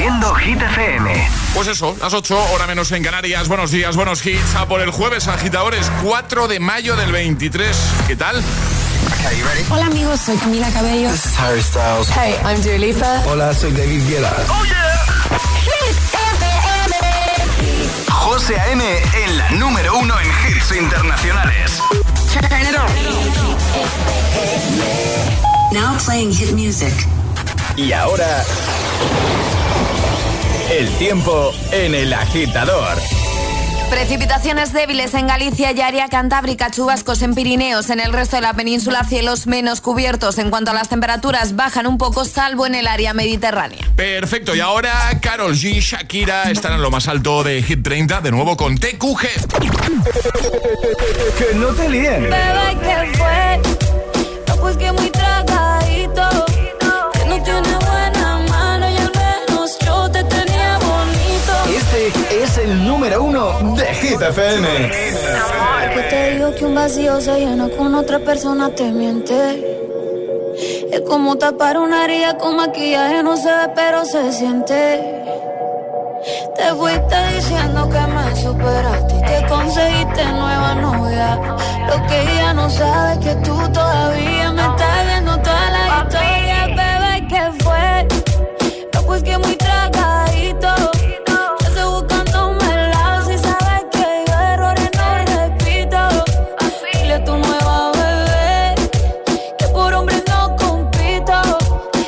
Haciendo Hit FM. Pues eso, las 8, hora menos en Canarias. Buenos días, buenos hits. A por el jueves, agitadores, 4 de mayo del 23. ¿Qué tal? Okay, you ready? Hola amigos, soy Camila Cabello. This is Harry Styles. Hey, I'm Dua Lipa. Hola, soy David Guetta. ¡Oh, yeah! Hit FM. José A.M. en la número 1 en hits internacionales. Turn it on. Now playing hit music. Y ahora, el tiempo en El Agitador. Precipitaciones débiles en Galicia y área cantábrica, chubascos en Pirineos. En el resto de la península, cielos menos cubiertos. En cuanto a las temperaturas, bajan un poco, salvo en el área mediterránea. Perfecto, y ahora Karol G, Shakira están en lo más alto de Hit 30, de nuevo con TQG. Que no te líen. Bebé, ¿qué fue? No, pues que muy tragadito, que no tiene buena mano y al menos yo te tenía bonito. Este es el número 1 de Hit FM. Que te digo que un vacío se llena con otra persona, te miente. Es como tapar una herida con maquillaje, no se ve pero se siente. Te fuiste diciendo que me superaste y que conseguiste nueva novia. Lo que ella no sabe es que tú todavía me estás viendo toda la historia. Bebé, ¿qué fue? No, pues que muy tragadito. Yo estoy buscándome el lado si sabes que yo errores no repito. Dile a tu nueva bebé que por hombre no compito.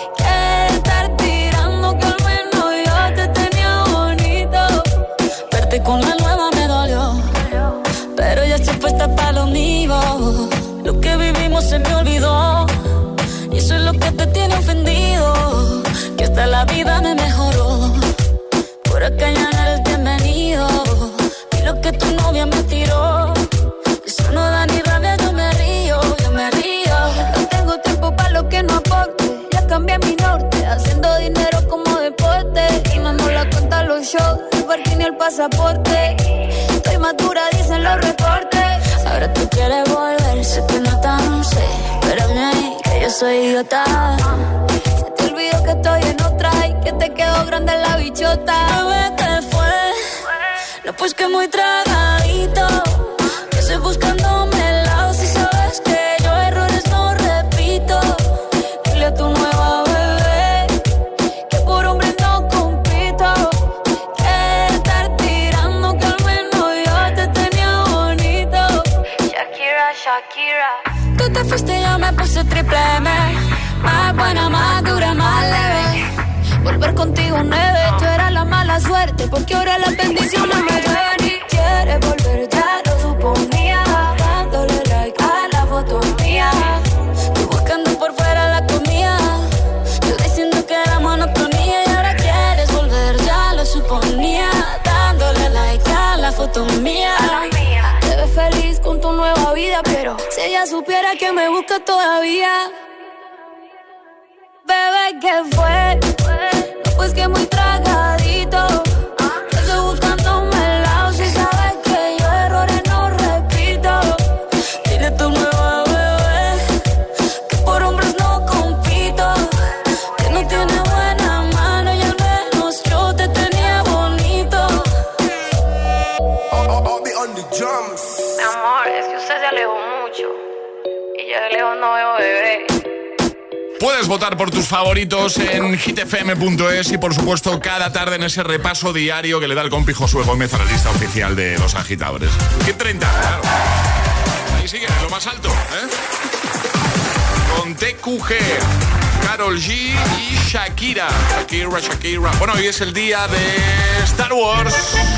Que estar tirando que al menos yo te tenía bonito. Verte con la nueva me dolió, pero ya estoy puesta para lo mío. Lo que vivimos se me olvidó y eso es lo que te tiene ofendido. Que hasta la vida me mejoró. Por acá ya no eres bienvenido. Y lo que tu novia me tiró, eso no da ni rabia, yo me río, yo me río. No tengo tiempo para lo que no aporte. Ya cambié mi norte, haciendo dinero como deporte. Y no nos la cuentan los shows, el parking y el pasaporte. Estoy madura, dicen los reportes. Ahora tú quieres volver, sé que no tan sé. Espérame ahí, que yo soy idiota. Se te olvidó que estoy en otra y que te quedó grande la bichota. Bebé, ¿qué fue? No, pues que muy tragadito. Que estoy buscándome el lado si sabes que yo errores no repito. Dile a tu nueva bebé que por hombre no compito. Que estar tirando que al menos yo te tenía bonito. Shakira, Shakira. Tú te fuiste y yo me puse triple M. Más buena, más dura, más leve. Volver contigo nueve. Yo era la mala suerte porque ahora las bendiciones me llueven. Y quieres volver, ya lo suponía. Dándole like a la foto mía. Tú buscando por fuera la comida. Yo diciendo que era monotonía. Y ahora quieres volver, ya lo suponía. Dándole like a la foto mía. Te ves feliz con tu nueva vida, pero si ella supiera que me busca todavía. Bebé, ¿qué fue? No, pues que muy tragadito. Yo estoy buscándome el lado si sabes que yo errores no repito. Dile a tu nueva bebé que por hombres no compito. Que no tiene buena mano y al menos yo te tenía bonito. Mi amor, es que usted se alejó mucho y yo de lejos no veo bebé. Puedes votar por tus favoritos en hitfm.es y por supuesto cada tarde en ese repaso diario que le da el compi Josué Gómez a la lista oficial de los agitadores. Hit 30, claro. Ahí sigue, en lo más alto, con TQG, Karol G y Shakira. Shakira. Bueno, hoy es el día de Star Wars.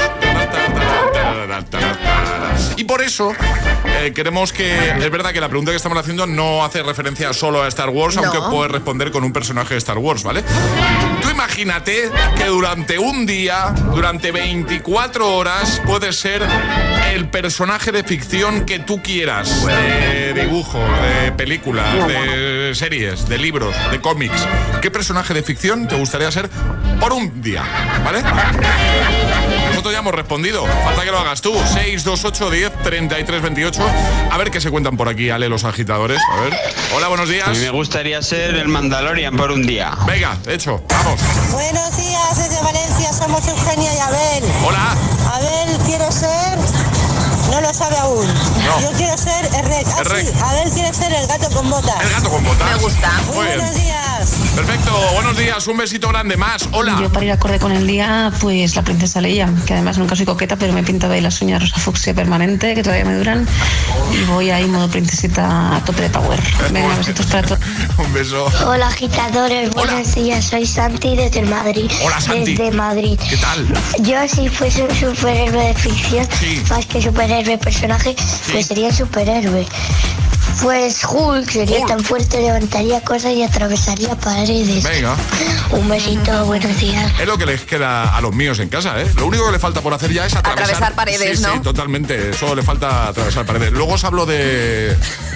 Y por eso queremos que... Es verdad que la pregunta que estamos haciendo no hace referencia solo a Star Wars, no. Aunque puedes responder con un personaje de Star Wars, ¿vale? Tú imagínate que durante un día, durante 24 horas, puedes ser el personaje de ficción que tú quieras. De dibujo, de película, de series, de libros, de cómics. ¿Qué personaje de ficción te gustaría ser por un día? ¿Vale? nosotros ya hemos respondido. Falta que lo hagas tú. 628 10 33 28. A ver qué se cuentan por aquí, Ale, los agitadores. A ver. Hola, buenos días. A mí me gustaría ser el Mandalorian por un día. Venga, hecho, vamos. Buenos días, desde Valencia somos Eugenia y Abel. Hola. Abel, quiero ser... No lo sabe aún. No. Yo quiero ser el Rec. Rec. Sí, Abel quiere ser el gato con botas. El gato con botas. Me gusta. Muy buenos días. Perfecto, buenos días, un besito grande más. Hola. Yo para ir acorde con el día, pues la princesa Leia, que además nunca soy coqueta, pero me he pintado ahí las uñas rosa fucsia permanente, que todavía me duran, y voy ahí modo princesita a tope de power. Venga, besitos para todos. Un beso. Hola agitadores, buenos días, soy Santi desde Madrid. Hola, Santi. Desde Madrid. ¿Qué tal? Yo si fuese un superhéroe de ficción, más que superhéroe personaje, pues sería un superhéroe. Pues Hulk sería tan fuerte, levantaría cosas y atravesaría paredes. Venga. Un besito, buenos días. Es lo que les queda a los míos en casa, ¿eh? Lo único que le falta por hacer ya es atravesar paredes, sí, ¿no? Sí, totalmente. Solo le falta atravesar paredes. Luego os hablo de...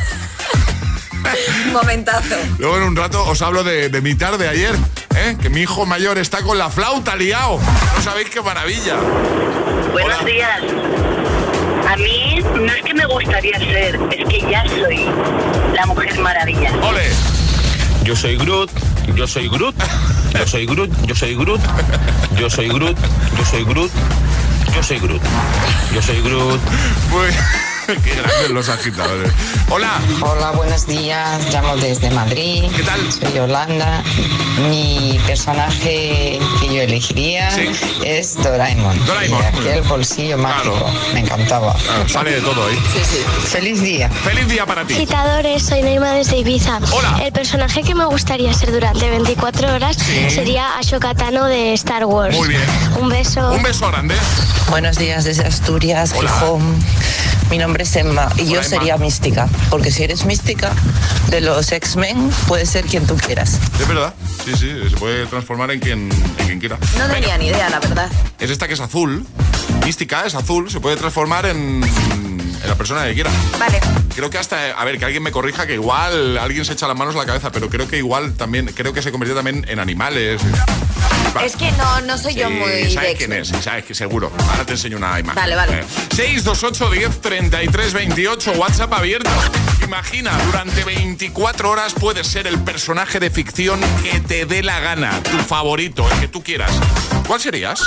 Momentazo. Luego en un rato os hablo de mi tarde ayer, ¿eh? Que mi hijo mayor está con la flauta liado. No sabéis qué maravilla. Buenos días. A mí no es que me gustaría ser, es que ya soy la Mujer Maravilla. ¡Ole! Yo soy Groot, yo soy Groot, yo soy Groot, yo soy Groot, yo soy Groot, yo soy Groot, yo soy Groot, yo soy Groot. Qué grandes los agitadores. Hola. Hola, buenos días. Llamo desde Madrid. ¿Qué tal? Soy Yolanda. Mi personaje que yo elegiría es Doraemon. Doraemon. Y aquel bolsillo mágico. Claro. Me encantaba. Claro, sale de todo ahí. Sí. Feliz día. Feliz día para ti. Agitadores, soy Neima desde Ibiza. Hola. El personaje que me gustaría ser durante 24 horas sería Ahsoka Tano de Star Wars. Muy bien. Un beso. Un beso grande. Buenos días desde Asturias, Gijón. Mi nombre es Emma y yo sería mística, porque si eres mística de los X-Men, puedes ser quien tú quieras. Es verdad, sí, se puede transformar en quien quiera. No tenía ni idea, la verdad. Es esta que es azul, mística, es azul, se puede transformar en la persona que quiera. Vale. Creo que hasta, a ver, que alguien me corrija, que igual alguien se echa las manos a la cabeza, pero creo que igual también, creo que se convierte también en animales. Vale. Es que no soy yo muy... ¿Sabes quién es? ¿Sabes que seguro? Ahora te enseño una imagen. Vale. 628 10 33 28, WhatsApp abierto. Imagina, durante 24 horas puedes ser el personaje de ficción que te dé la gana, tu favorito, el que tú quieras. ¿Cuál serías?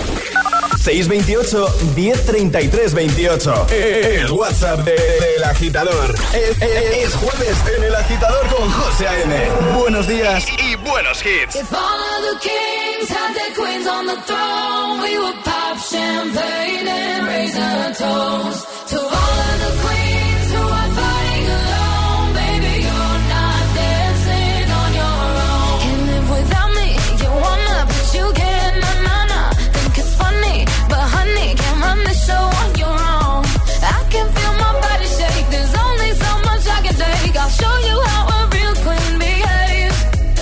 628 1033 28. El WhatsApp del agitador. Es jueves en El Agitador con José A.M. Buenos días y buenos hits. If all of the kings had their queens on the throne, we would pop champagne and raise a toast to all of the queens who are fighting alone. Baby, you're not dancing on your own. Can't live without me, you wanna, but you can't. Na. Think it's funny, but honey, can't run the show on your own. I can feel my body shake, there's only so much I can take. I'll show you how a real queen behaves.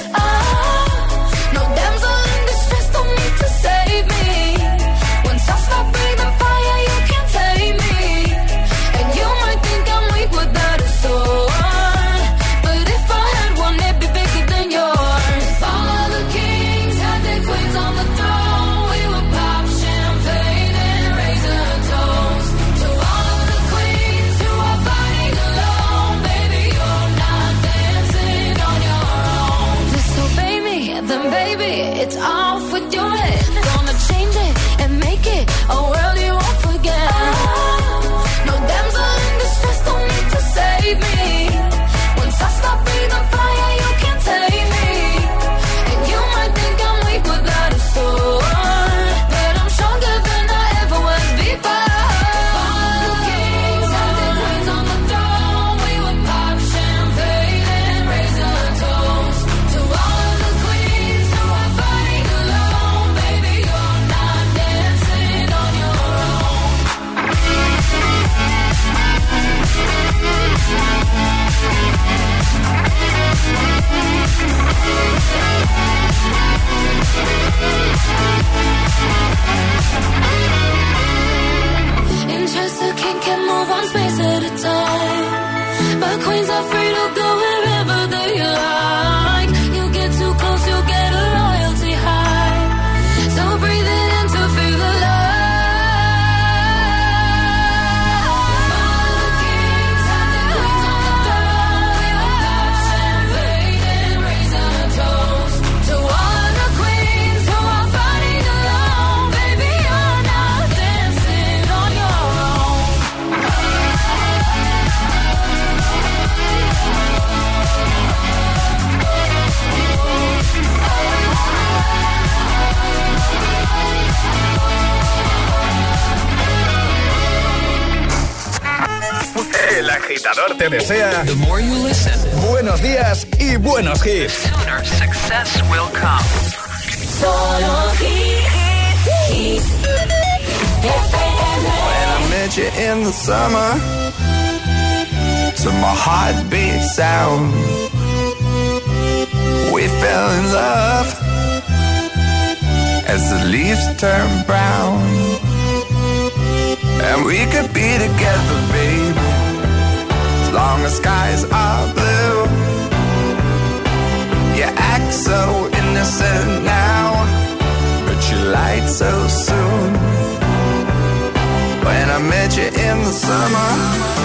No damsel in distress, don't need to save me. Once I stop breathing fire, you can't take me. And you might think I'm weak without a sword, but if I had one, it'd be bigger than yours. If all of the kings had their queens on the throne, we would pop champagne and raise a toast to all of the queens who are fighting alone. Baby, you're not dancing on your own. Disobey me, then baby, it's off with your head. Gonna change it and make it a world you won't forget. No damsel in distress, don't need to save me. Once I stop breathing fire, you can't take me. And you might think I'm weak without a sword, but I'm stronger than I ever was before. All the kings had their queens on the throne. We would pop champagne and raise a toast to all of the queens who are fighting alone. agitador te desea buenos días y buenos hits. Sooner success will come. Solo hits. When I met you in the summer, to my heartbeat sound, we fell in love as the leaves turn brown. And we could be together, baby, as long as skies are blue. You act so innocent now, but you lied so soon. When I met you in the summer,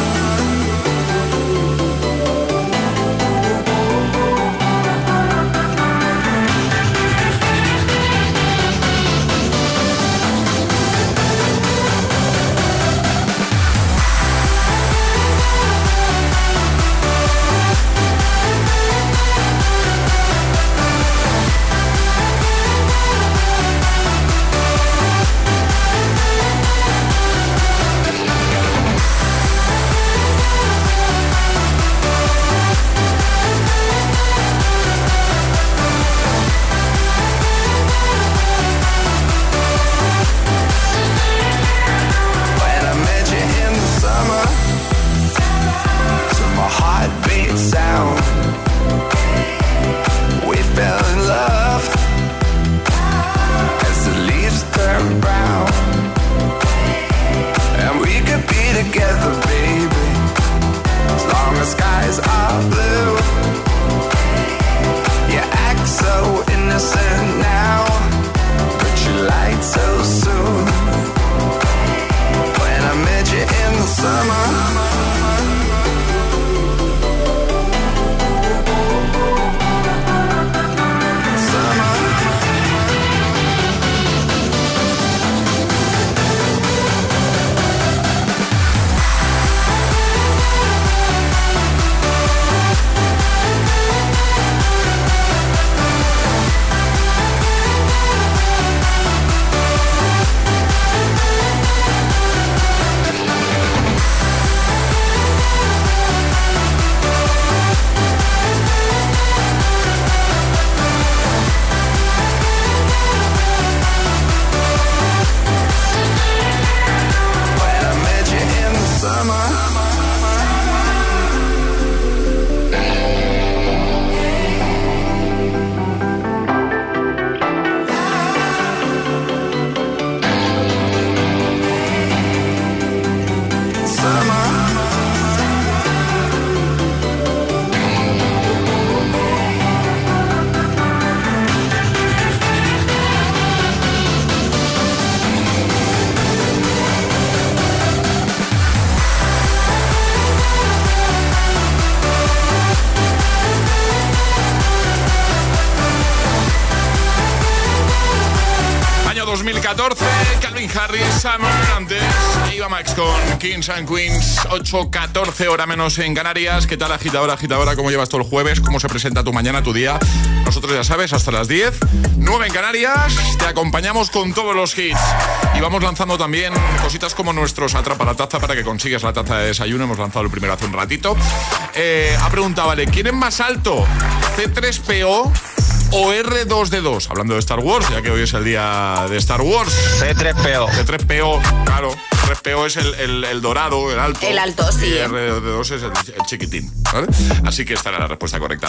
Calvin Harris, Summer, antes Eva Max con Kings and Queens, 8:14 hora menos en Canarias. ¿Qué tal, agitadora, agitadora? ¿Cómo llevas todo el jueves? ¿Cómo se presenta tu mañana, tu día? Nosotros, ya sabes, hasta las 10, 9 en Canarias, te acompañamos con todos los hits. Y vamos lanzando también cositas como nuestros Atrapa la Taza para que consigas la taza de desayuno. Hemos lanzado el primero hace un ratito. Ha preguntado, vale, ¿quién es más alto? ¿C3PO o R2D2? Hablando de Star Wars, ya que hoy es el día de Star Wars. C3PO. C3PO, claro. C3PO es el dorado, el alto. El alto, sí. Y R2D2 es el chiquitín, ¿vale? Así que esta era la respuesta correcta.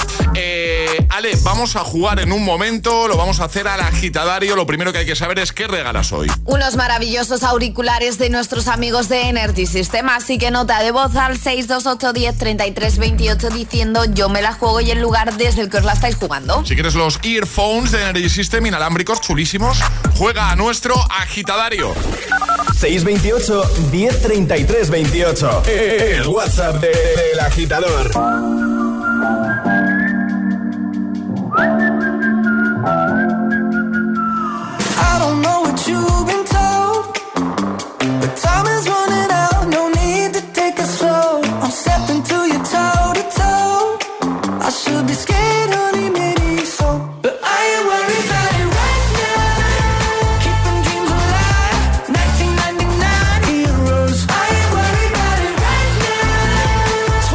Ale, vamos a jugar en un momento. Lo vamos a hacer al agitadario. Lo primero que hay que saber es qué regalas hoy. Unos maravillosos auriculares de nuestros amigos de Energy System. Así que nota de voz al 628 10 33 28 diciendo yo me la juego y el lugar desde el que os la estáis jugando. Si quieres los earphones de Energy System inalámbricos chulísimos, juega a nuestro agitadario. 628 1033 28. El WhatsApp del agitador. I don't know what you've been told, but time is running out, no need to take it slow. I'm stepping to you toe to toe. I should be scared, honey, maybe so, but I ain't worried about it right now. Keeping dreams alive, 1999 heroes. I ain't worried about it right now.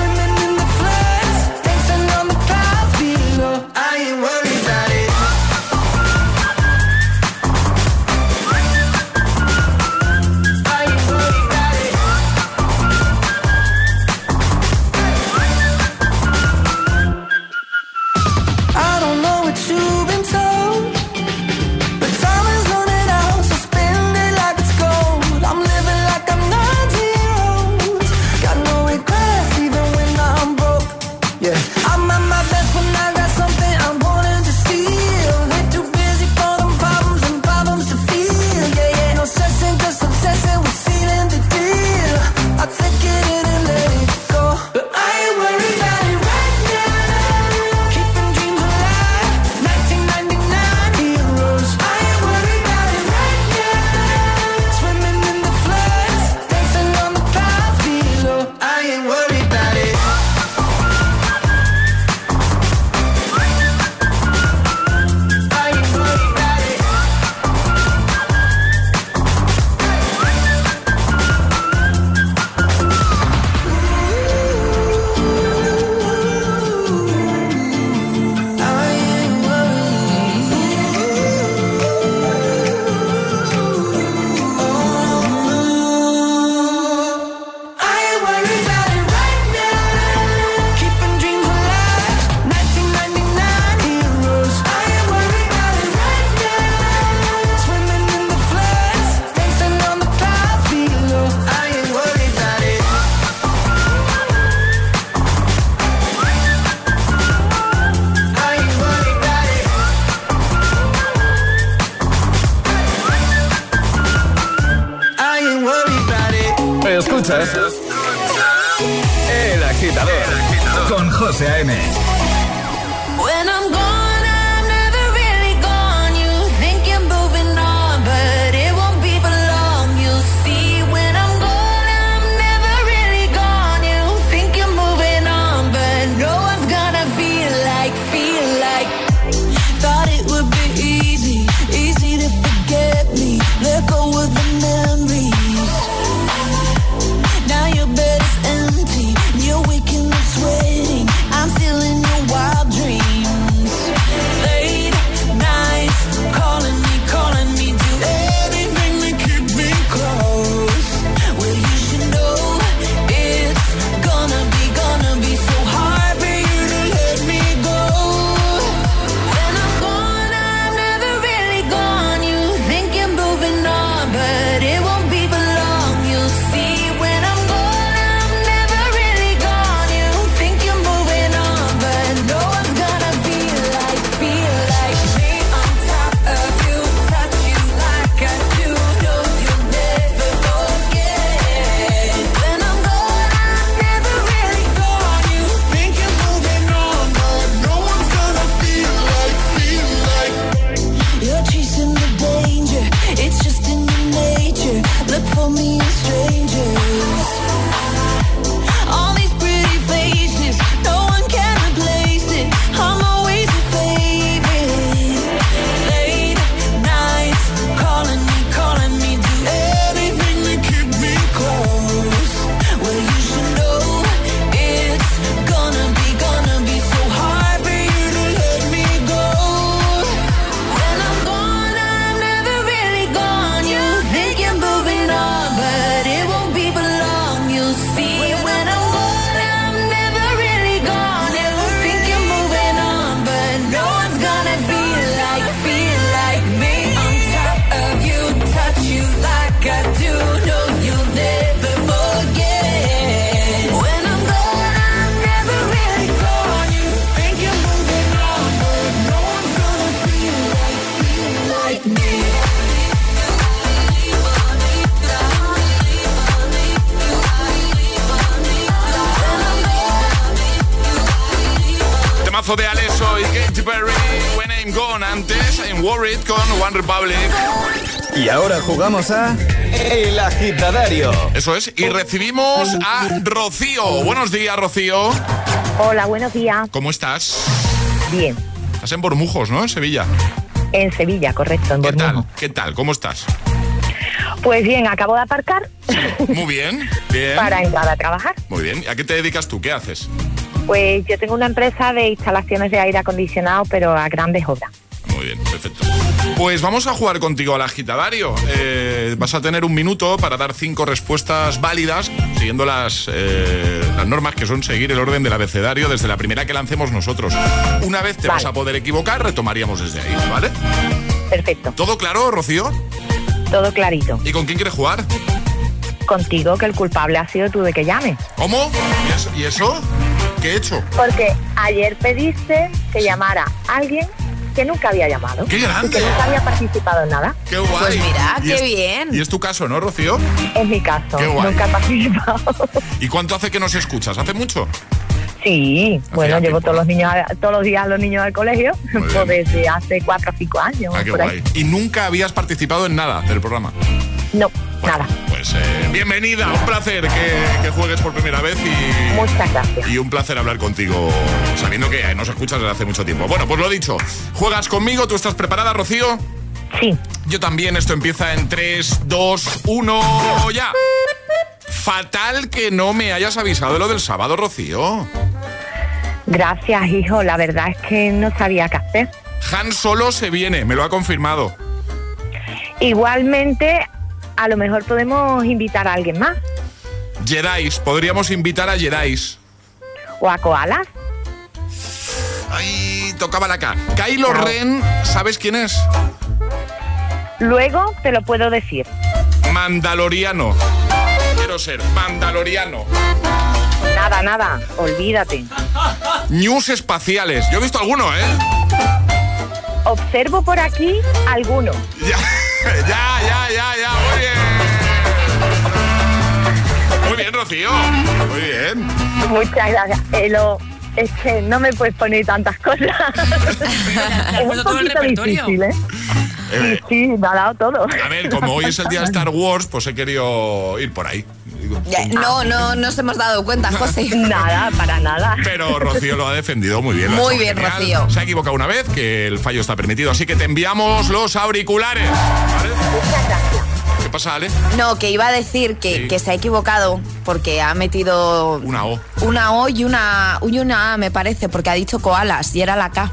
escuchas El Agitador con José A.M. When I'm gone, I'm never really gone. You think you're moving on, but it won't be for long. You'll see when I'm gone, I'm never really gone. You think you're moving on, but no one's gonna feel like. Thought it would be easy to forget me. Let go of the memories. Now your bed is empty, you're waking up sweating. I'm still in your wild dreams. Late nights, calling me, do anything to keep me close. Well, you should know it's gonna be so hard for you to let me go. When I'm gone, I'm never really gone. You think you're moving on, but it won't be for long. You'll see when I'm gone, I'm never really gone. You think you're moving on, but no one's gonna feel like me on top of you, touch you like I do. No, you'll never forget. When I'm gone, I'm never really gone. You think you're moving on, but no one's gonna feel like. You're chasing the danger, it's just in your nature. Look for me in strangers. All these pretty faces, no one can replace it. I'm always your favorite. Late nights, calling me, do anything to keep me close. Well, you should know it's gonna be so hard for you to let me go. When I'm gone, I'm never really gone. You think you're moving on, but it won't be for long. You'll see when I'm gone, I'm never really gone. You think you're moving on, but no one's gonna feel like me on top of you, touch you like I do. No, you'll never forget. When I'm gone, I'm never really gone. You think you're moving on, but no one's gonna feel like me. Temazo de Alesso y Katy Perry, When I'm Gone. Antes, I'm Worried con One Republic. Y ahora jugamos a El Agitadario. Eso es, y recibimos a Rocío. Buenos días, Rocío. Hola, buenos días. ¿Cómo estás? Bien. Estás en Bormujos, ¿no? En Sevilla. En Sevilla, correcto, en Bormujos. ¿Qué tal? ¿Cómo estás? Pues bien, acabo de aparcar. Muy bien, bien. Para entrar a trabajar. Muy bien. ¿A qué te dedicas tú? ¿Qué haces? Pues yo tengo una empresa de instalaciones de aire acondicionado, pero a grandes obras. Muy bien, perfecto. Pues vamos a jugar contigo al agitadario. Vas a tener un minuto para dar 5 respuestas válidas, siguiendo las normas, que son seguir el orden del abecedario desde la primera que lancemos nosotros. Una vez te vas a poder equivocar, retomaríamos desde ahí, ¿vale? Perfecto. ¿Todo claro, Rocío? Todo clarito. ¿Y con quién quieres jugar? Contigo, que el culpable ha sido tú de que llames. ¿Cómo? ¿Y eso? ¿Qué he hecho? Porque ayer pediste que llamara a alguien que nunca había llamado. ¡Qué grande! Y que nunca había participado en nada. ¡Qué guay! Pues mira, qué bien. Y es tu caso, ¿no, Rocío? Es mi caso. ¡Qué guay! Nunca he participado. ¿Y cuánto hace que nos escuchas? ¿Hace mucho? Sí, bueno, llevo todos los días a los niños al colegio, pues desde hace 4 o 5 años. Ah, qué guay. ¿Y nunca habías participado en nada del programa? No, nada. Pues bienvenida, un placer que juegues por primera vez y... Muchas gracias. Y un placer hablar contigo, sabiendo que nos escuchas desde hace mucho tiempo. Bueno, pues lo dicho, juegas conmigo, ¿tú estás preparada, Rocío? Sí. Yo también, esto empieza en 3, 2, 1, ya. Fatal que no me hayas avisado de lo del sábado, Rocío. Gracias, hijo, la verdad es que no sabía qué hacer. Han Solo se viene, me lo ha confirmado. Igualmente, a lo mejor podemos invitar a alguien más. Jedis, podríamos invitar a Jedis. ¿O a koalas? Ay, tocaba la K. Kylo Ren, ¿sabes quién es? Luego te lo puedo decir. Mandaloriano. Quiero ser mandaloriano. Nada, olvídate. News espaciales. Yo he visto alguno, ¿eh? Observo por aquí alguno. Ya. Muy bien. Muy bien, Rocío. Muy bien. Muchas gracias. Es que no me puedes poner tantas cosas. Es un poquito difícil, ¿eh? Sí, me ha dado todo. A ver, como hoy es el día de Star Wars, pues he querido ir por ahí. No nos hemos dado cuenta, José. Nada, para nada. Pero Rocío lo ha defendido muy bien. Muy bien, genial. Rocío. Se ha equivocado una vez, que el fallo está permitido, así que te enviamos los auriculares. ¿Vale? Muchas gracias. ¿Qué pasa, Ale? No, que iba a decir que se ha equivocado porque ha metido una O. Una O y una A, me parece, porque ha dicho koalas y era la K.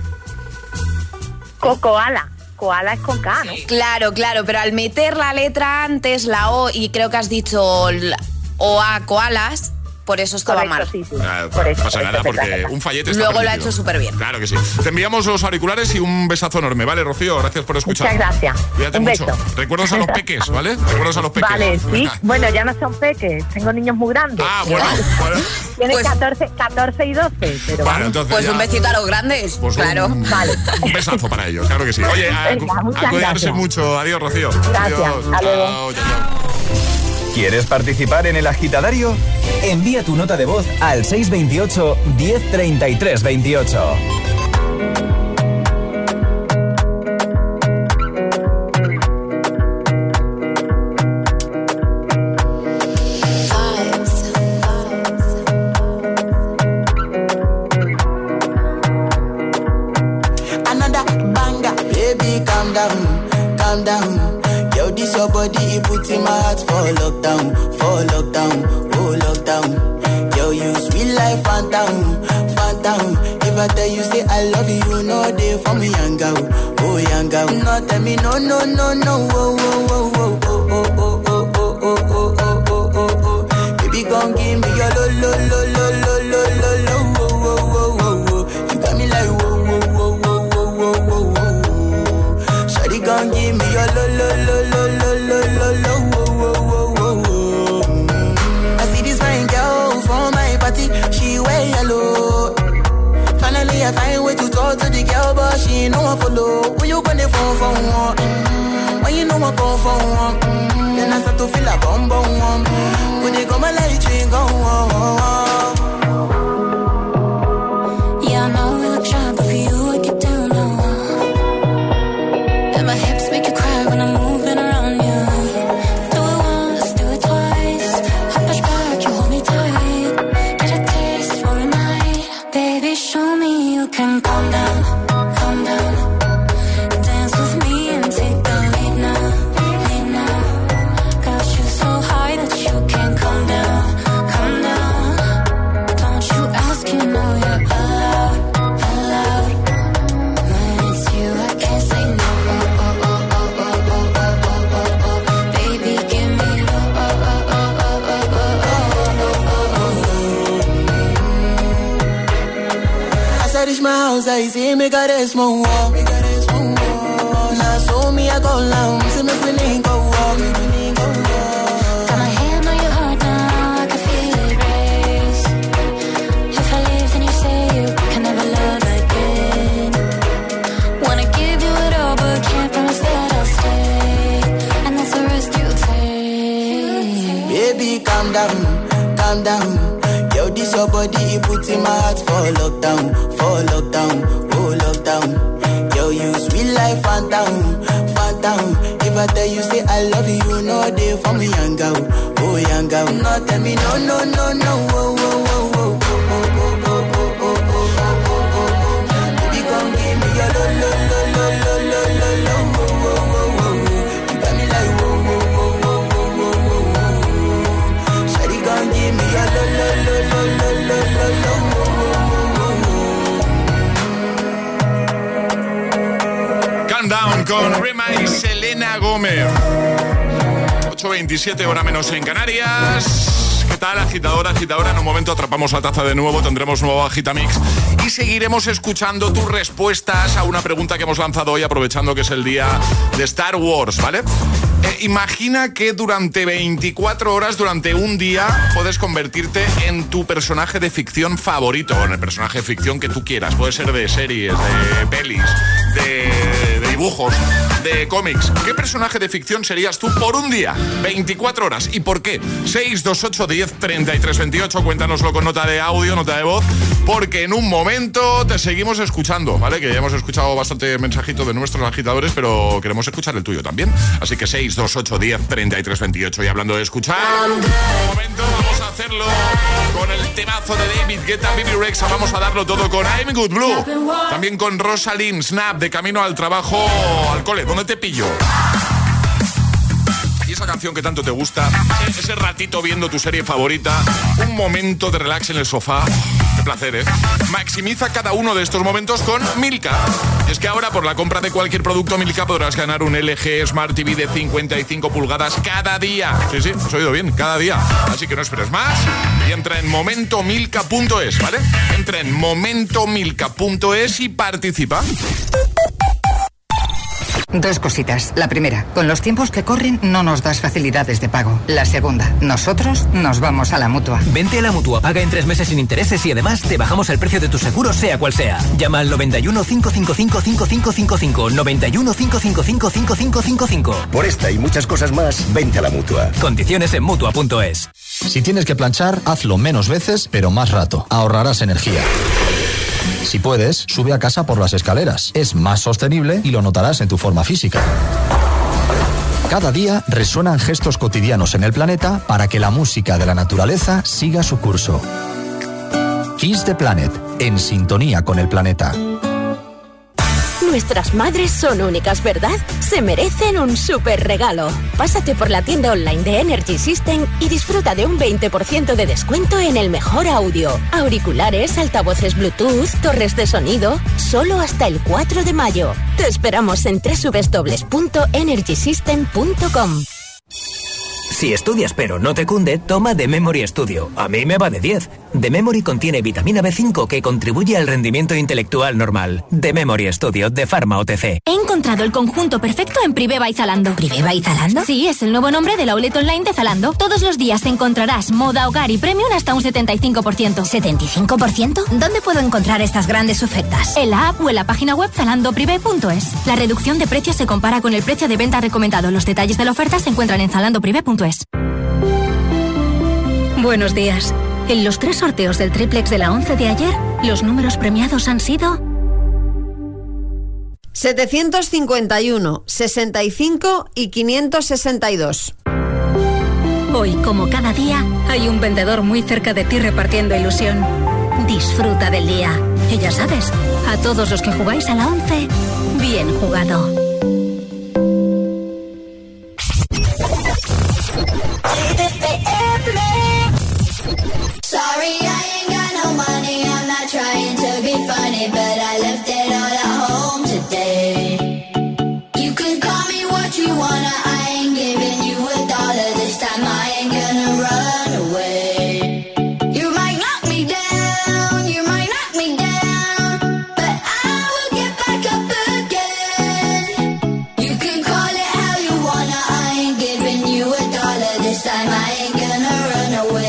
Koala. Koala es con K, ¿no? Claro, pero al meter la letra antes, la O, y creo que has dicho OA, koalas, por eso estaba mal. Sí. Por eso, pasa nada, porque un fallete está Luego permitido. lo ha hecho súper bien. Claro que sí. Te enviamos los auriculares y un besazo enorme, ¿vale, Rocío? Gracias por escuchar. Muchas gracias. Cuídate mucho. Recuerdos a los peques, ¿vale? Recuerdos a los peques. Vale, sí. Bueno, ya no son peques, tengo niños muy grandes. Bueno. Tienen 14 y 12, pero bueno, entonces pues un besito a los grandes, pues claro. Un besazo para ellos, claro que sí. Oye, a cuidarse mucho. Adiós, Rocío. Gracias. Adiós. Hasta luego. Chao. ¿Quieres participar en el agitadario? Envía tu nota de voz al 628 1033 28. Another banger, baby, calm down. Yo, this your body, it puts in my heart for lockdown, oh lockdown. Yo, you sweet life, phantom. If I tell you say I love you, you know they for me, young girl, oh young girl. No, tell me no, oh. Baby, gon' give me your lo. You got me like whoa. Shawty gon' give me your lo. I see this fine girl from my party, she wear yellow. Finally I find way to talk to the girl, but she ain't no one follow. When you gonna phone for one? When you know I come for one? Then I start to feel a bum. When they come my light ring go on. Yeah, I know we look shy, but for you I get down low. And my hips make you cry when I'm moving around you. Do it once, do it twice. I push back, you hold me tight. Get a taste for a night. Baby, show me you can calm down. Dance with me and take the lead now. Got you so high that you can't come down. Don't you ask, you know you're allowed. When it's you, I can't say no. Baby, give me As I reach my house, I see me got a small wall. Now so me I go down, see me feeling go walk. got my hand on your heart now, I can feel it race. If I leave, then you say you can never love again. Wanna give you it all, but can't promise that I'll stay. And that's the risk you take. Baby, calm down. Yo, this your body, it puts in my heart for lockdown, oh lockdown. Yo, you sweet life, phantom. If I tell you say I love you, you know they for me, young girl, oh young girl. No, tell me no, oh. Baby, gon' give me your lo. You got me like whoa. Shawty gon' give me your lo. Calm Down con Rema y Selena Gómez. 8:27, hora menos en Canarias. ¿Qué tal, agitadora? En un momento atrapamos la taza de nuevo, tendremos nuevo Agitamix y seguiremos escuchando tus respuestas a una pregunta que hemos lanzado hoy, aprovechando que es el día de Star Wars, ¿vale? Imagina que durante 24 horas, durante un día, puedes convertirte en tu personaje de ficción favorito, en el personaje de ficción que tú quieras. Puede ser de series, de pelis, de dibujos, de cómics. ¿Qué personaje de ficción serías tú por un día? 24 horas. ¿Y por qué? 628 10 33 28. Cuéntanoslo con nota de audio, nota de voz, porque en un momento te seguimos escuchando, ¿vale? Que ya hemos escuchado bastante mensajitos de nuestros agitadores, pero queremos escuchar el tuyo también. Así que 628 10 33 28. Y hablando de escuchar, en un momento vamos a hacerlo con el temazo de David Guetta, Bibi Rexha. Vamos a darlo todo con I'm Good Blue. También con Rosalind, Snap, de camino al trabajo, al cole. ¿Dónde te pillo? Y esa canción que tanto te gusta, ese ratito viendo tu serie favorita, un momento de relax en el sofá, de placer, ¿eh? Maximiza cada uno de estos momentos con Milka. Y es que ahora por la compra de cualquier producto Milka podrás ganar un LG Smart TV de 55 pulgadas cada día. Sí, has oído bien, cada día. Así que no esperes más y entra en momentomilka.es, ¿vale? Entra en momentomilka.es y participa. Dos cositas. La primera, con los tiempos que corren no nos das facilidades de pago. La segunda, nosotros nos vamos a la Mutua. Vente a la Mutua, paga en 3 meses sin intereses y además te bajamos el precio de tu seguro sea cual sea. Llama al 91 555 5555. 91 555 5555. Por esta y muchas cosas más, vente a la Mutua. Condiciones en Mutua.es. Si tienes que planchar, hazlo menos veces, pero más rato. Ahorrarás energía. Si puedes, sube a casa por las escaleras. Es más sostenible y lo notarás en tu forma física. Cada día resuenan gestos cotidianos en el planeta para que la música de la naturaleza siga su curso. Kiss the Planet, en sintonía con el planeta. Nuestras madres son únicas, ¿verdad? Se merecen un súper regalo. Pásate por la tienda online de Energy System y disfruta de un 20% de descuento en el mejor audio. Auriculares, altavoces Bluetooth, torres de sonido, solo hasta el 4 de mayo. Te esperamos en www.energysystem.com. Si estudias pero no te cunde, toma The Memory Studio. A mí me va de 10. The Memory contiene vitamina B5 que contribuye al rendimiento intelectual normal. The Memory Studio de Pharma OTC. He encontrado el conjunto perfecto en Privé by Zalando. ¿Privé by Zalando? Sí, es el nuevo nombre del outlet online de Zalando. Todos los días encontrarás moda, hogar y premium hasta un 75%. ¿75%? ¿Dónde puedo encontrar estas grandes ofertas? En la app o en la página web zalandoprivé.es. La reducción de precios se compara con el precio de venta recomendado. Los detalles de la oferta se encuentran en zalandoprivé.es. Buenos días. En los 3 sorteos del triplex de la 11 de ayer, los números premiados han sido 751, 65 y 562. Hoy, como cada día, hay un vendedor muy cerca de ti repartiendo ilusión. Disfruta del día. Y ya sabes, a todos los que jugáis a la 11, bien jugado. Sorry, I ain't got no money, I'm not trying to be funny, but I left it all at home today. You can call me what you wanna, I ain't giving you $1 this time, I ain't gonna run away. You might knock me down, you might knock me down, but I will get back up again. You can call it how you wanna, I ain't giving you $1 this time, I ain't gonna run away.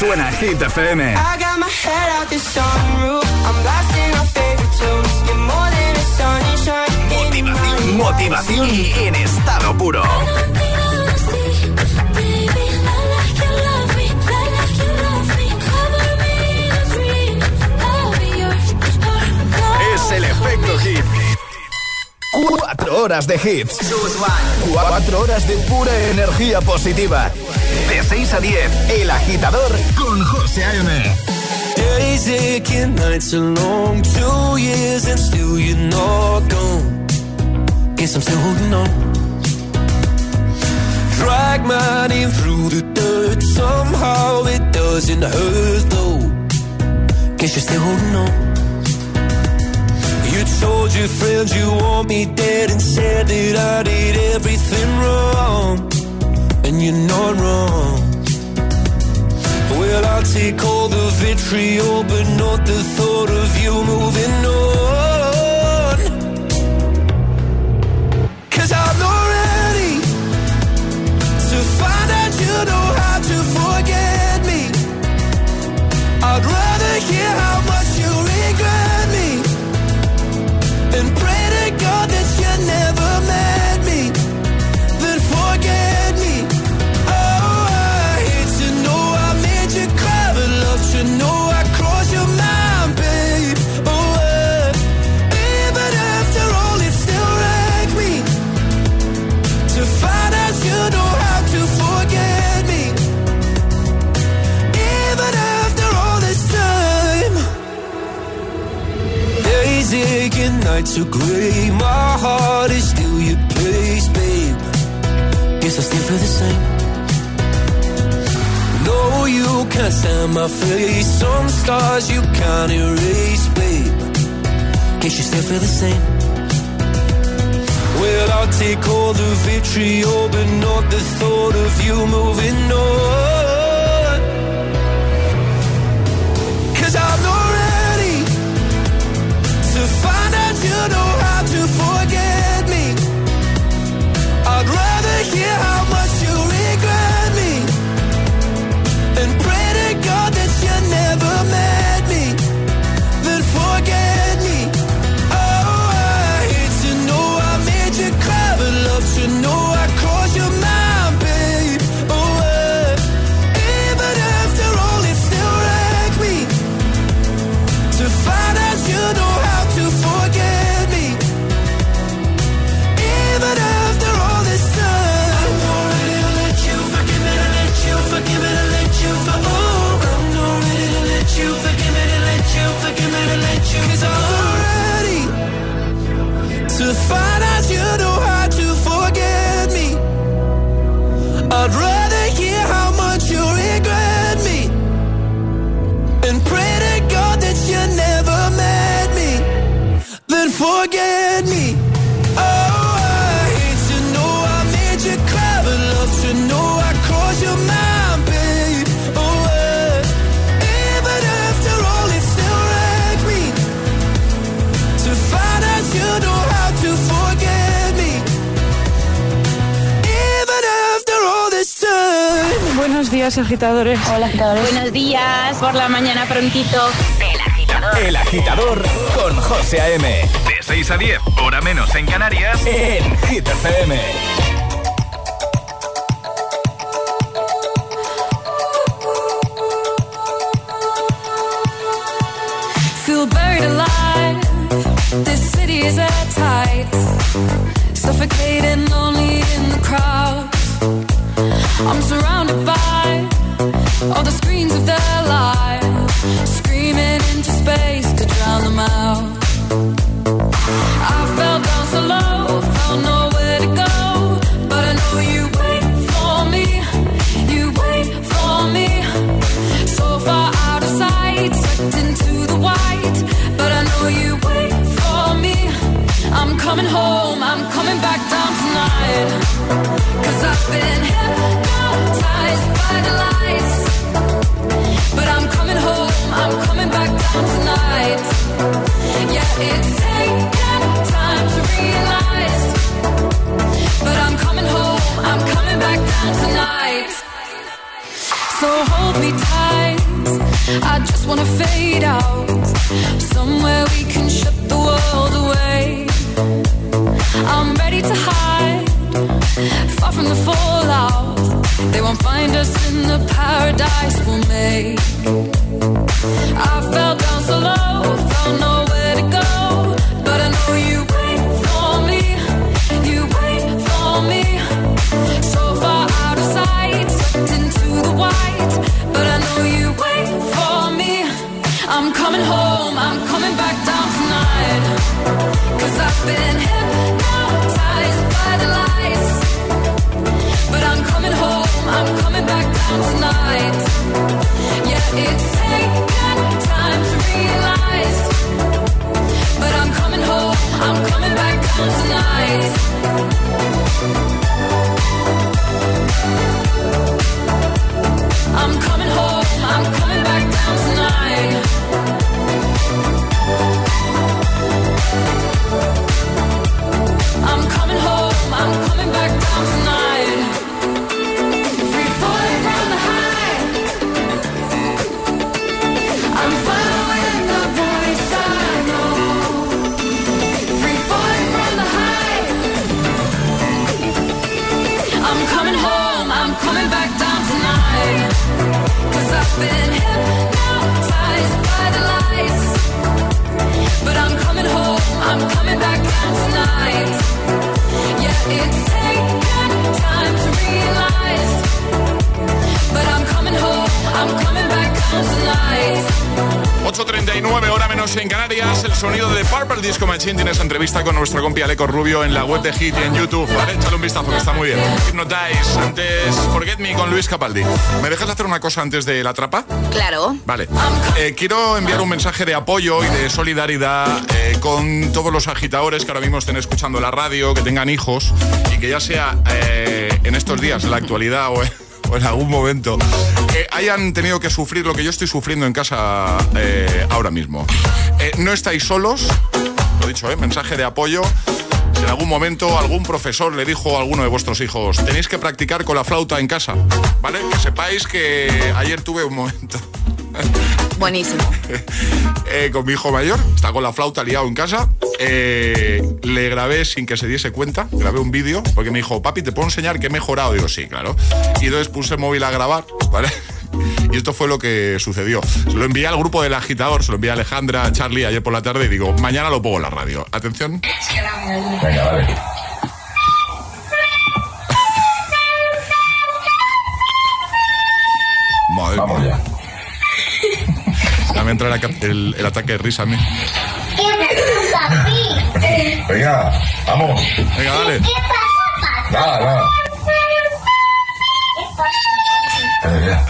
suena Hit FM. I got my head out the sunroof. I'm blasting our favorite tunes. You're more than a sunshine. Motivación en estado puro. Es el efecto hit. 4 horas de hits. 4 horas de pura energía positiva. De 6 a 10, El Agitador con José A.M. Days aching, nights are long. 2 years and still you're not gone. Guess I'm still holding on. Drag my name through the dirt. Somehow it doesn't hurt though. Guess you're still holding on. You told your friends you want me dead and said that I did everything wrong. And you're not wrong. Well, I'll take all the vitriol, but not the thought of you moving on. 'Cause I'm not ready to find out you know how to forget me. I'd rather hear how much you regret me and pray to God that you never met me, then forget me. Oh, I hate to know I made you cry, but love to know I crossed your mind, babe. Oh, even after all, it still wrecked me to find out you know how to forget me. Even after all this time. Days aching, nights are grey. My heart is still your place, babe. Guess I still feel the same. No, you can't stand my face. Some scars you can't erase, babe. Guess you still feel the same. Well, I'll take all the vitriol, but not the thought of you moving on. 'Cause I'm not ready to find out you know how to forget me. I'd rather hear how much you regret me and pray to God that you never met me, then forget me. Oh, I hate to know I made you cry, but love to know I crossed your mind, babe. Oh, even after all, it still wrecked me to find out you know how to forget me. Even after all this time. I'm not ready to let you forgive me, to let you forgive me, to let you forgive me. Oh, I'm not ready to let you forgive me, to let you forgive me, to let you. 'Cause I'm not ready to find out you know how to forget me. I'd rather hear how much you regret me and pray to God that you never met me, then forget me. Oh, I hate to know I made you cry, but love to know I crossed your mind, babe. Oh, even after all, it still wrecked me to find out you know how to forget me. Even after all this time. Buenos días, agitadores. Hola, agitadores. Buenos días, por la mañana prontito. El Agitador con José A.M. De 6 a 10, hora menos en Canarias, en Hit FM. Feel buried alive. This city is at tight. Suffocating, lonely in the crowd. I'm surrounded by all the screens of their lives, screaming into space to drown them out. I fell down so low, found nowhere to go, but I know you wait for me, you wait for me. So far out of sight, sucked into the white, but I know you wait for me. I'm coming home, I'm coming back down tonight, 'cause I've been hypnotized by the lights. But I'm coming home, I'm coming back down tonight. Yeah, it's taken time to realize, but I'm coming home, I'm coming back down tonight. So hold me tight, down tonight. I'm coming home, I'm coming back down tonight. I'm coming home, I'm coming back down tonight. Free falling from the high. I'm following the voice I know. Free falling from the high. I'm coming home, I'm coming back down tonight. 'Cause I've been hypnotized by the lights. But I'm coming home, I'm coming back down tonight. Yeah, it's taken time to realize. But I'm coming home, I'm coming back down tonight. 8:39, hora menos en Canarias. El sonido de Purple Disco Machine. Tienes entrevista con nuestro compi Aleco Rubio en la web de Hit y en YouTube. Vale, échale un vistazo que está muy bien. Hypnotize. Antes, Forget Me con Luis Capaldi. ¿Me dejas hacer una cosa antes de la trapa? Claro. Vale. Quiero enviar un mensaje de apoyo y de solidaridad con todos los agitadores que ahora mismo estén escuchando la radio, que tengan hijos y que ya sea en estos días, en la actualidad o en algún momento, hayan tenido que sufrir lo que yo estoy sufriendo en casa ahora mismo. No estáis solos, lo dicho, mensaje de apoyo. Si en algún momento algún profesor le dijo a alguno de vuestros hijos, tenéis que practicar con la flauta en casa, ¿vale? Que sepáis que ayer tuve un momento... Buenísimo. Con mi hijo mayor, está con la flauta liado en casa. Le grabé sin que se diese cuenta, grabé un vídeo, porque me dijo, papi, ¿te puedo enseñar que he mejorado? Digo, sí, claro. Y entonces puse el móvil a grabar, ¿vale? Y esto fue lo que sucedió. Se lo envié al grupo del agitador, se lo envié a Alejandra, a Charlie ayer por la tarde y digo, mañana lo pongo en la radio. Atención. Venga, vale. Madre Vamos mía. ya. Dame entrar el ataque de risa a mí. Venga, vamos. Venga, dale. ¿Qué pasa, nada, nada. Ya.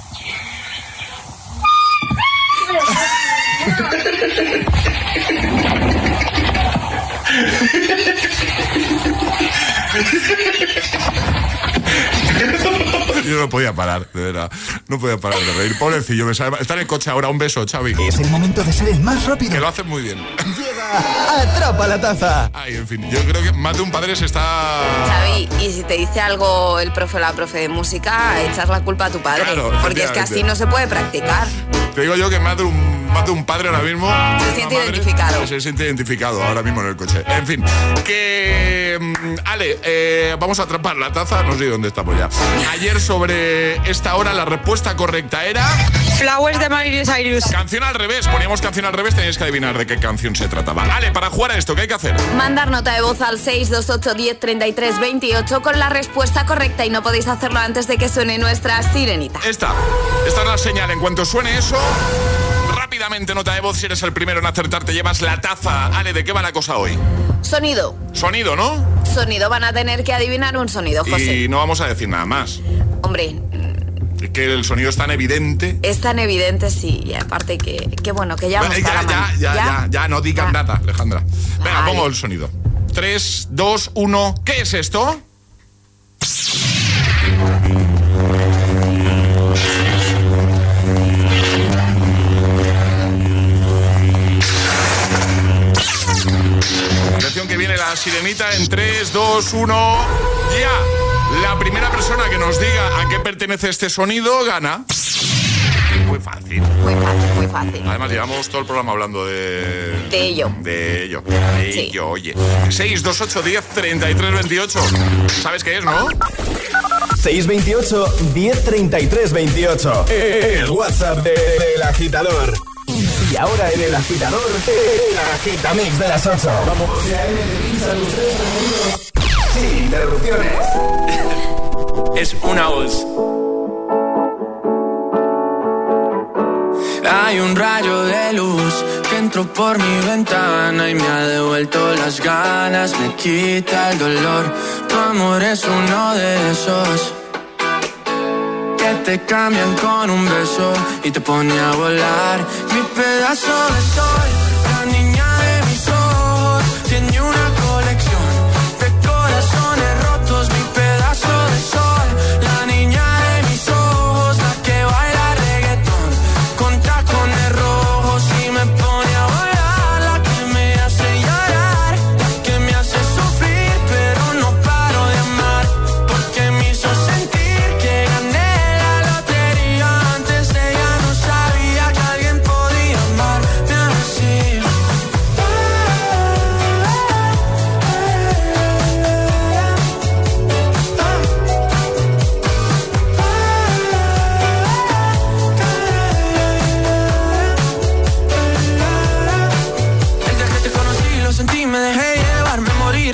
Yo no podía parar, de verdad. No podía parar de reír. Pobrecillo, me sabe... Está en el coche ahora. Un beso, Xavi. Es el momento de ser el más rápido. Que lo hacen muy bien. Llega, atrapa la taza. Ay, en fin, yo creo que más de un padre se está... Xavi, y si te dice algo el profe o la profe de música, echar la culpa a tu padre. Claro, porque es que así no se puede practicar. Te digo yo que más de un padre ahora mismo... Se siente identificado. Se siente identificado ahora mismo en el coche. En fin, que... Ale, vamos a atrapar la taza. No sé dónde estamos ya. Ayer sobre esta hora la respuesta correcta era... Flowers de Miley Cyrus. Canción al revés. Poníamos canción al revés, teníais que adivinar de qué canción se trataba. Ale, para jugar a esto, ¿qué hay que hacer? Mandar nota de voz al 628 10 33 28 con la respuesta correcta y no podéis hacerlo antes de que suene nuestra sirenita. Esta es la señal. En cuanto suene eso, rápidamente nota de voz. Si eres el primero en acertar, te llevas la taza. Ale, ¿de qué va la cosa hoy? Sonido. Sonido, ¿no? Sonido, van a tener que adivinar un sonido, José. Y no vamos a decir nada más. Hombre... Es que el sonido es tan evidente. Es tan evidente, sí. Y aparte que bueno, que ya... Ya, no digan nada, Alejandra. Venga, pongo el sonido. 3, 2, 1... ¿Qué es esto? Atención que viene la sirenita en 3, 2, 1... ¡Ya! La primera persona que nos diga a qué pertenece este sonido gana. Muy fácil. Muy fácil, muy fácil. Además, llevamos todo el programa hablando de ello. De ello. Sí. Oye. 628 10 33 28. ¿Sabes qué es, no? 628 10 33 28. El WhatsApp del agitador. Y ahora en el agitador, el agitamix de las 8. Vamos. Sin interrupciones. Es una voz. Hay un rayo de luz que entró por mi ventana y me ha devuelto las ganas, me quita el dolor. Tu amor es uno de esos que te cambian con un beso y te pone a volar. Mi pedazo de sol, la niña de mis ojos, tiene una colección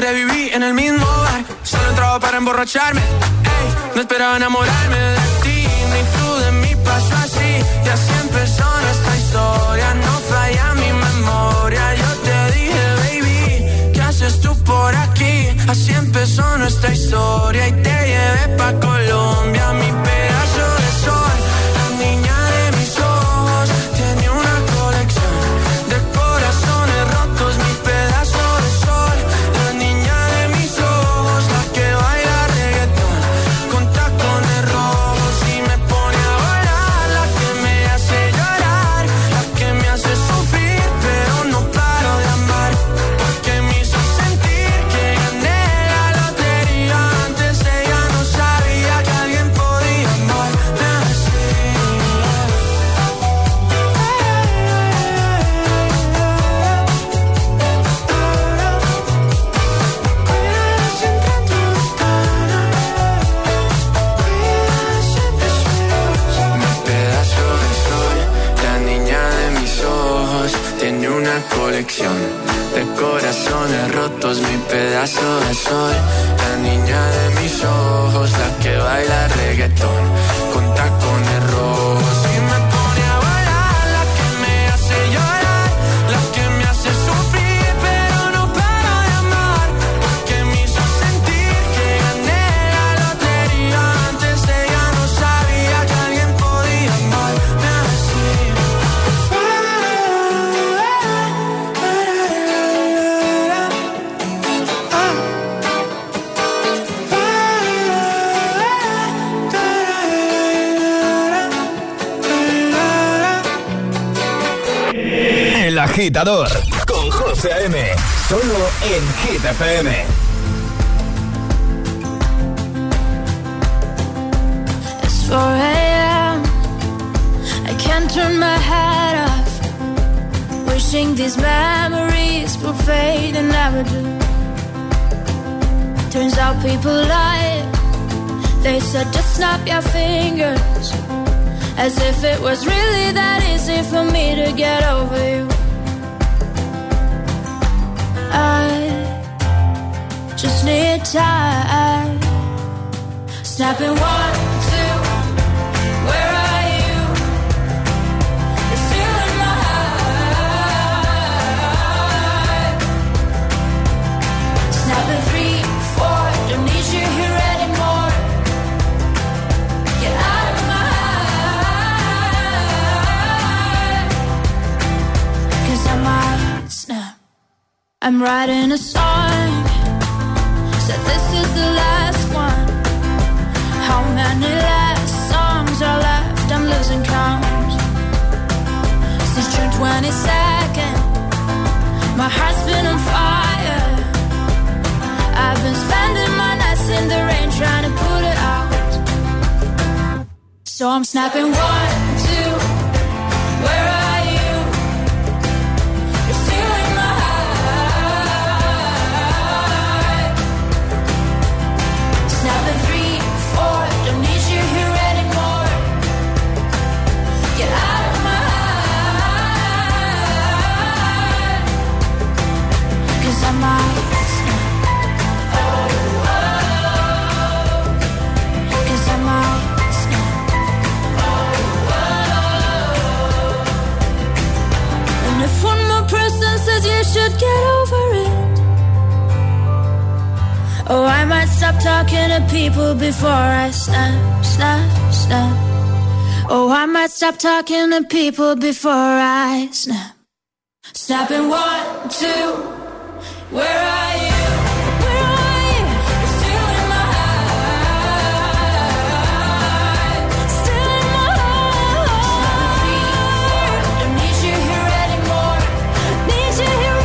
reviví en el mismo bar. Solo entraba para emborracharme. Ey, no esperaba enamorarme de ti, ni tú de mí pasó así. Y así empezó nuestra historia. No falla mi memoria. Yo te dije, baby, ¿qué haces tú por aquí? Así empezó nuestra historia. Y te llevé pa' Colombia, mi pedazo de sol. La niña de mis ojos tiene una colección de corazones rotos, mi pedazo de sol. La niña de mis ojos, la que baila reggaetón con tacones rojos y me pone a volar. La que me hace llorar, la que me hace sufrir, pero no paro de amar. Porque me hizo sentir que gané la lotería. Antes ella no sabía que alguien podía amarme así. Mi pedazo de sol, la niña de mis ojos, tiene una colección de corazones rotos. Mi pedazo de sol, la niña de mis ojos, la que baila reggaetón con tacones rojos y me pone a volar. La que me hace llorar, la que me hace sufrir, pero no paro de amar. Porque me hizo sentir que gané la lotería. Antes ella no sabía que alguien podía amarme así. El Agitador con José A.M. Solo en Hit FM. It's 4 a.m. I can't turn my head off. Wishing these memories will fade and never do. Turns out people lie. They said just snap your fingers. As if it was really that easy for me to get over you. I just need time. Snapping 1, 2, where are you? You're still in my heart. Snapping 3, 4, don't need you here anymore. Get out of my heart. 'Cause I might snap. I'm writing a song. Said this is the last one. How many last songs are left? I'm losing count. Since June 22nd, my heart's been on fire. I've been spending my nights in the rain trying to put it out. So I'm snapping 1, 2, where are you? You're still in my heart. Snapping 3, 4, don't need you here anymore. Get out of my heart. 'Cause I might snap. Oh, oh. 'Cause I might snap. Oh, oh. And if one more person says you should get over it, oh, I might stop talking to people before I snap, snap, snap. Oh, I might stop talking to people before I snap. Snapping 1, 2, where are you? Where are you? You're still in my heart. Still in my heart. Don't need you here anymore. Need you here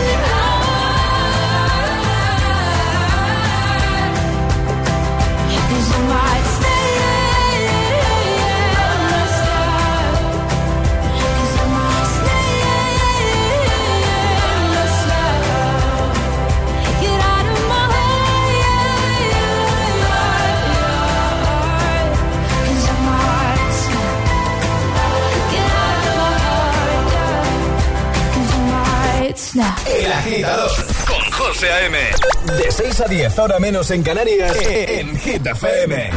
anymore. 'Cause I might stay. Cause I might stay. Get out of my heart. 'Cause I might snap. Get out of my heart. 'Cause I might snap. El Agitador con José José A.M. De 6 a 10, hora menos en Canarias, en Hit FM.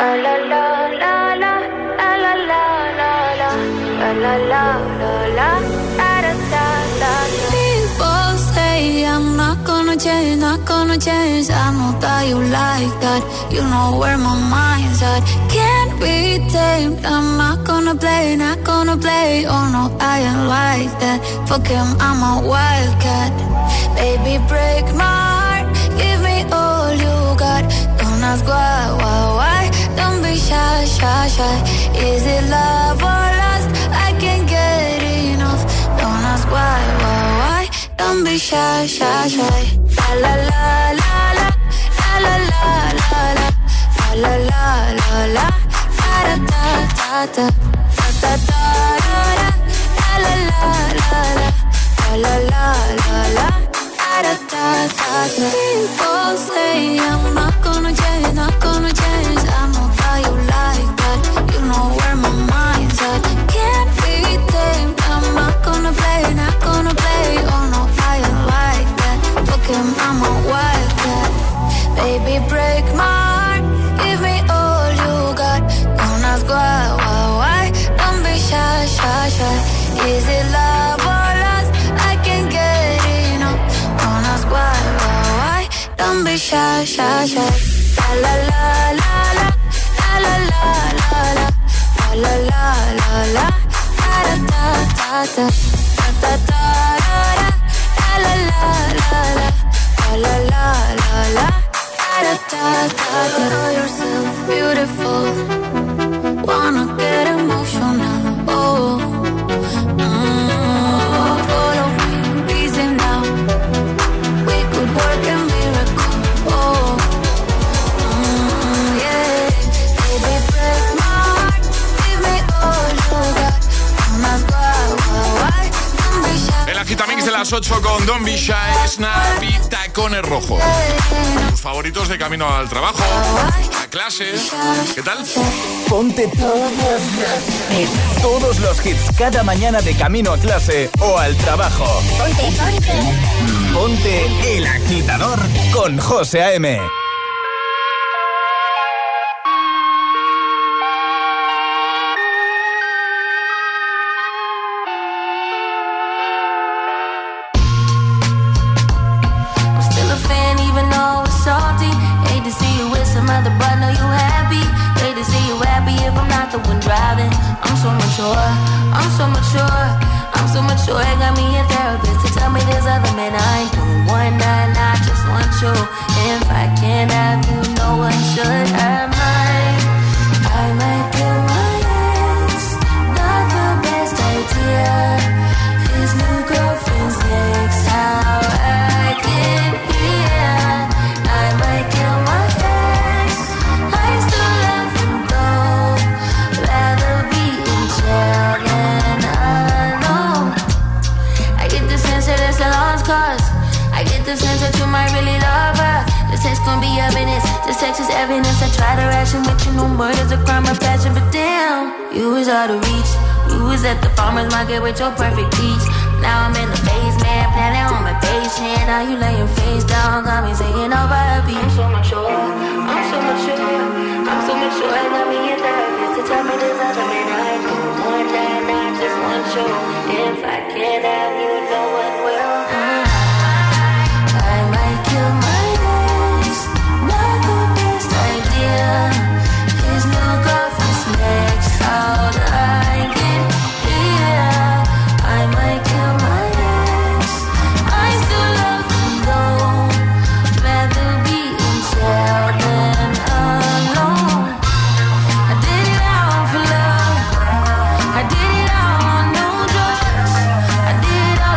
People say I'm not gonna change, not gonna change. I know that you like that. You know where my mind's at. Can't be tamed. I'm not gonna play, not gonna play. Oh no, I ain't like that. Fuck him, I'm a wildcat. Baby, break my heart. Give me all you got. Don't ask why. Don't be shy, shy, shy. Is it love or lust? I can't get enough. Don't ask why. Don't be shy, shy, shy. La la la la la. La la la la la. La la la la la. Da da da da. Da da da da. La la la la la. La la la la. Da da da da. People say I'm not gonna change, not gonna change. I know how you like that. You know where my mind's at. Can't be tamed. I'm not gonna play, not gonna play. Oh no, I ain't like that. Fuck him, I'm a wildcat. Baby, break my heart. Give me all you got. Don't ask why. Don't be shy, shy, shy. Is it love or lust? I can't get enough. Don't ask why. Don't be shy, shy, shy. La la la la. La la la la la. La la la la. Da da da da. Da da da. La la la la. La la la la. Da da da. Know yourself beautiful. Wanna get emotional. Oh. Follow me, reason now. We could work a miracle. Oh. Yeah. Baby, break my heart. Give me all you got. Don't ask why. Don't be shy. El Agitamix de las 8 con Don't Be Shy, Snap y Tacones Rojos. Tus favoritos de camino al trabajo, a clase. ¿Qué tal? Ponte todos los hits cada mañana de camino a clase o al trabajo. Ponte El Agitador con José A.M. Other, but know you happy. Hate to see you happy if I'm not the one driving. I'm so mature, I'm so mature, I'm so mature. It got me a therapist to tell me there's other men I ain't doing one night. I just want you. If I can't have you, no one should have mine. I might kill my ex, not the best idea. His new girlfriend's next, how I get here. I might kill my ex. I get the sense that you might really love her. This text gon' be evidence. This text is evidence. I try to ration with you. No murder's a crime of passion, but damn, you was out of reach. You was at the farmer's market with your perfect peach. Now I'm in the basement, planning on my patient. Now you laying face down, got me singing over a beat. I'm so mature, I'm so mature, I'm so mature. I got me a therapist to tell me there's other men I do. One night, I just want you. If I can't have you, no one will. I might kill my ex, not the best idea. His new girlfriend's next, how'd I get here? I might kill my ex, I still love him though. Rather be in jail than alone. I did it all for love. I did it all on no drugs. I did it all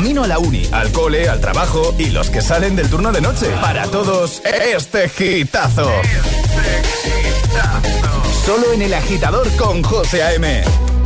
camino a la uni, al cole, al trabajo y los que salen del turno de noche. Para todos, este hitazo. Solo en El Agitador con José A.M.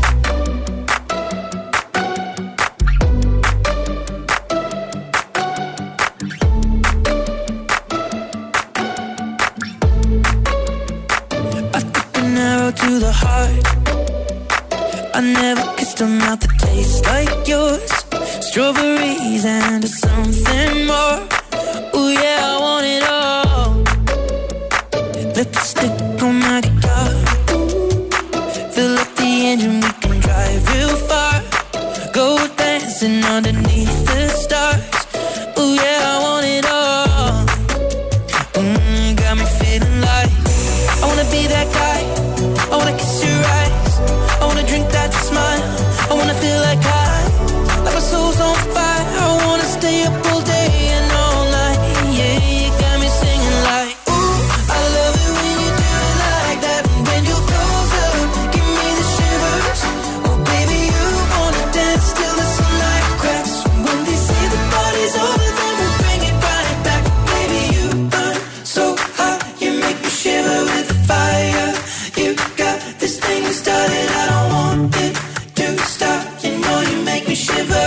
To the heart, I never kissed a mouth that tastes like yours. Strawberries and something more. Ooh yeah, I want it all. Lipstick on my guitar. Fill up the engine, we can drive real far. Go dancing underneath the stars. Ooh yeah, I want it all. Got me feeling like I wanna be that guy. I wanna kiss your eyes. I wanna drink that smile. I wanna feel like my soul's on fire. I wanna stay up all day and all night. Yeah, you got me singing like, ooh, I love it when you do it like that. And when you close up, give me the shivers. Oh baby, you wanna dance till the sunlight cracks. When they say the party's over, then we'll bring it right back. Baby, you burn so hot, you make me shiver with the fire. You got this thing started, I don't want it to stop. You know you make me shiver.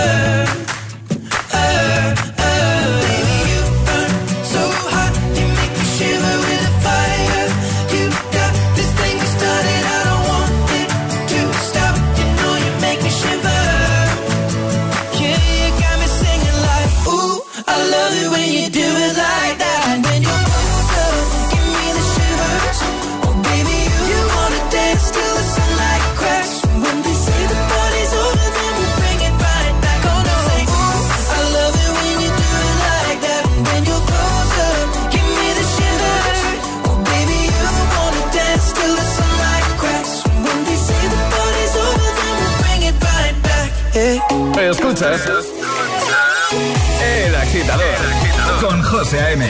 Baby, you burn so hot, you make me shiver with the fire. You got this thing started, I don't want it to stop. You know you make me shiver. Yeah, you got me singing like, ooh, I love it when you do it like that. And when you're closer, give me the shivers. Oh baby, you wanna dance till the sunlight cracks. When they say the party's over, then we'll bring it right back. Oh no, say, ooh, I love it when you do it like that. And when you're closer, give me the shivers. Oh baby, you wanna dance till the sunlight cracks. When they say the party's over, then we'll bring it right back. Hey. Escuchas El Agitador con José A.M.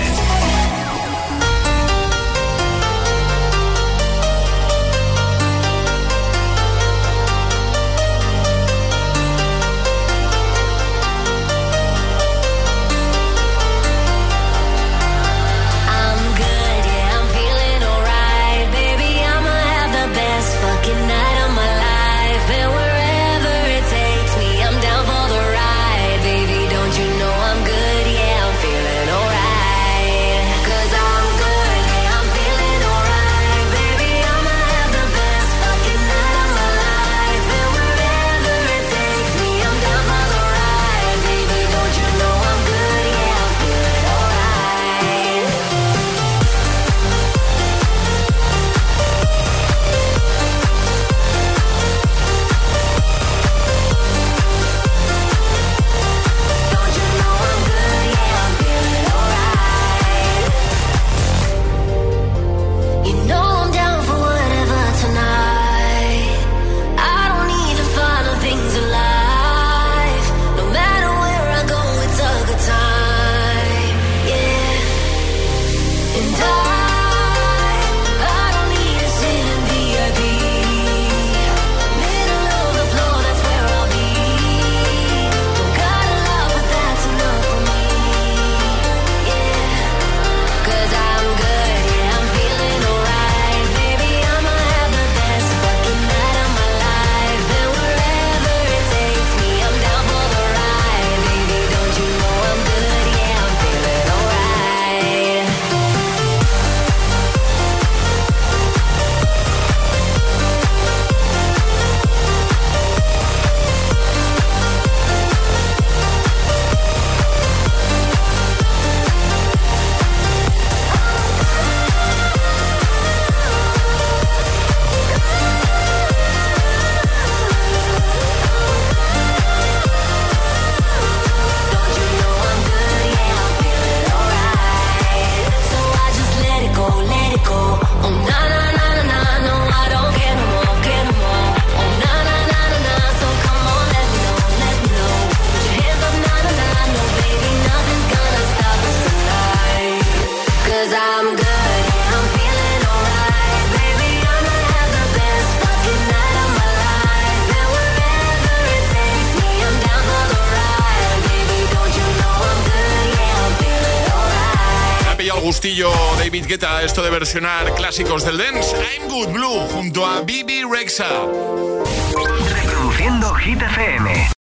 Don't you know I'm good? Yeah, I'm feeling alright. gustillo David Guetta esto de versionar clásicos del dance. I'm Good Blue junto a Bibi Rexha. Reproduciendo Hit FM.